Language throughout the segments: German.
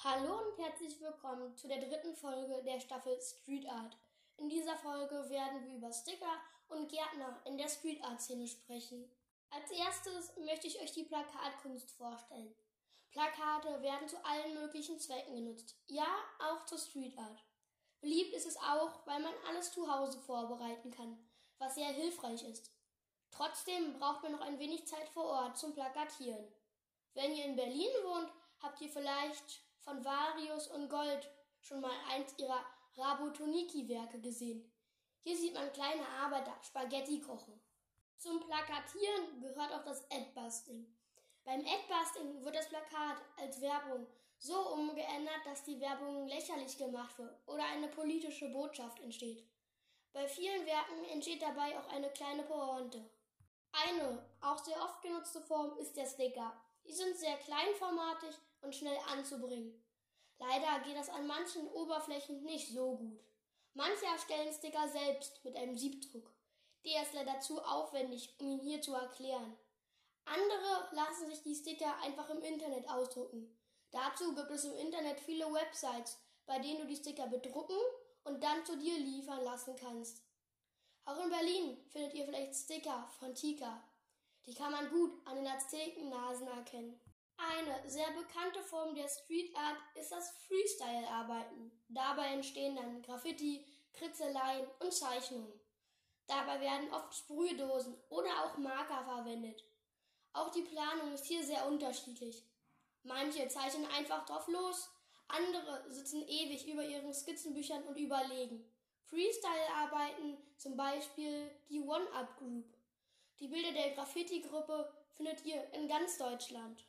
Hallo und herzlich willkommen zu der dritten Folge der Staffel Street Art. In dieser Folge werden wir über Sticker und Gärtner in der Street Art Szene sprechen. Als erstes möchte ich euch die Plakatkunst vorstellen. Plakate werden zu allen möglichen Zwecken genutzt, ja, auch zur Street Art. Beliebt ist es auch, weil man alles zu Hause vorbereiten kann, was sehr hilfreich ist. Trotzdem braucht man noch ein wenig Zeit vor Ort zum Plakatieren. Wenn ihr in Berlin wohnt, habt ihr vielleicht von Varius und Gold schon mal eins ihrer Rabotoniki-Werke gesehen. Hier sieht man kleine Arbeiter Spaghetti kochen. Zum Plakatieren gehört auch das Adbusting. Beim Adbusting wird das Plakat als Werbung so umgeändert, dass die Werbung lächerlich gemacht wird oder eine politische Botschaft entsteht. Bei vielen Werken entsteht dabei auch eine kleine Pointe. Eine, auch sehr oft genutzte Form ist der Sticker. Die sind sehr kleinformatig und schnell anzubringen. Leider geht das an manchen Oberflächen nicht so gut. Manche erstellen Sticker selbst mit einem Siebdruck. Der ist leider zu aufwendig, um ihn hier zu erklären. Andere lassen sich die Sticker einfach im Internet ausdrucken. Dazu gibt es im Internet viele Websites, bei denen du die Sticker bedrucken und dann zu dir liefern lassen kannst. Auch in Berlin findet ihr vielleicht Sticker von Tika. Die kann man gut an den Aztekennasen erkennen. Eine sehr bekannte Form der Street Art ist das Freestyle-Arbeiten. Dabei entstehen dann Graffiti, Kritzeleien und Zeichnungen. Dabei werden oft Sprühdosen oder auch Marker verwendet. Auch die Planung ist hier sehr unterschiedlich. Manche zeichnen einfach drauf los, andere sitzen ewig über ihren Skizzenbüchern und überlegen. Freestyle-Arbeiten, zum Beispiel die One-Up Group. Die Bilder der Graffiti-Gruppe findet ihr in ganz Deutschland.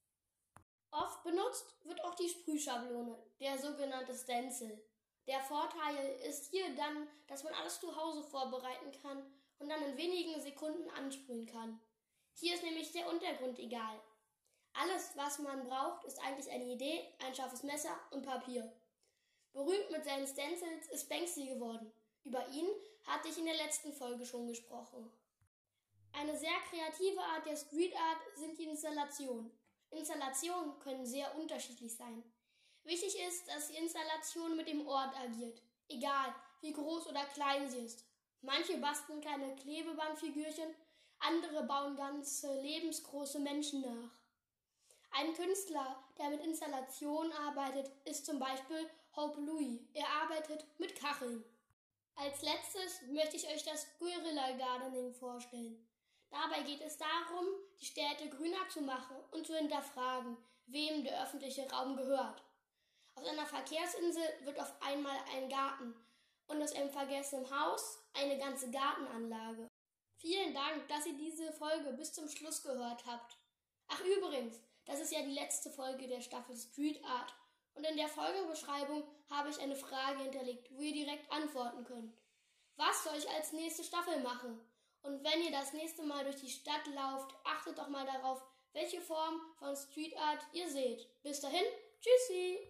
Oft benutzt wird auch die Sprühschablone, der sogenannte Stencil. Der Vorteil ist hier dann, dass man alles zu Hause vorbereiten kann und dann in wenigen Sekunden ansprühen kann. Hier ist nämlich der Untergrund egal. Alles, was man braucht, ist eigentlich eine Idee, ein scharfes Messer und Papier. Berühmt mit seinen Stencils ist Banksy geworden. Über ihn hatte ich in der letzten Folge schon gesprochen. Eine sehr kreative Art der Street Art sind die Installationen. Installationen können sehr unterschiedlich sein. Wichtig ist, dass die Installation mit dem Ort agiert, egal wie groß oder klein sie ist. Manche basteln kleine Klebebandfigürchen, andere bauen ganze lebensgroße Menschen nach. Ein Künstler, der mit Installationen arbeitet, ist zum Beispiel Hope Louis. Er arbeitet mit Kacheln. Als letztes möchte ich euch das Guerilla Gardening vorstellen. Dabei geht es darum, die Städte grüner zu machen und zu hinterfragen, wem der öffentliche Raum gehört. Aus einer Verkehrsinsel wird auf einmal ein Garten und aus einem vergessenen Haus eine ganze Gartenanlage. Vielen Dank, dass ihr diese Folge bis zum Schluss gehört habt. Ach übrigens, das ist ja die letzte Folge der Staffel Street Art und in der Folgenbeschreibung habe ich eine Frage hinterlegt, wo ihr direkt antworten könnt. Was soll ich als nächste Staffel machen? Und wenn ihr das nächste Mal durch die Stadt lauft, achtet doch mal darauf, welche Form von Street Art ihr seht. Bis dahin, tschüssi!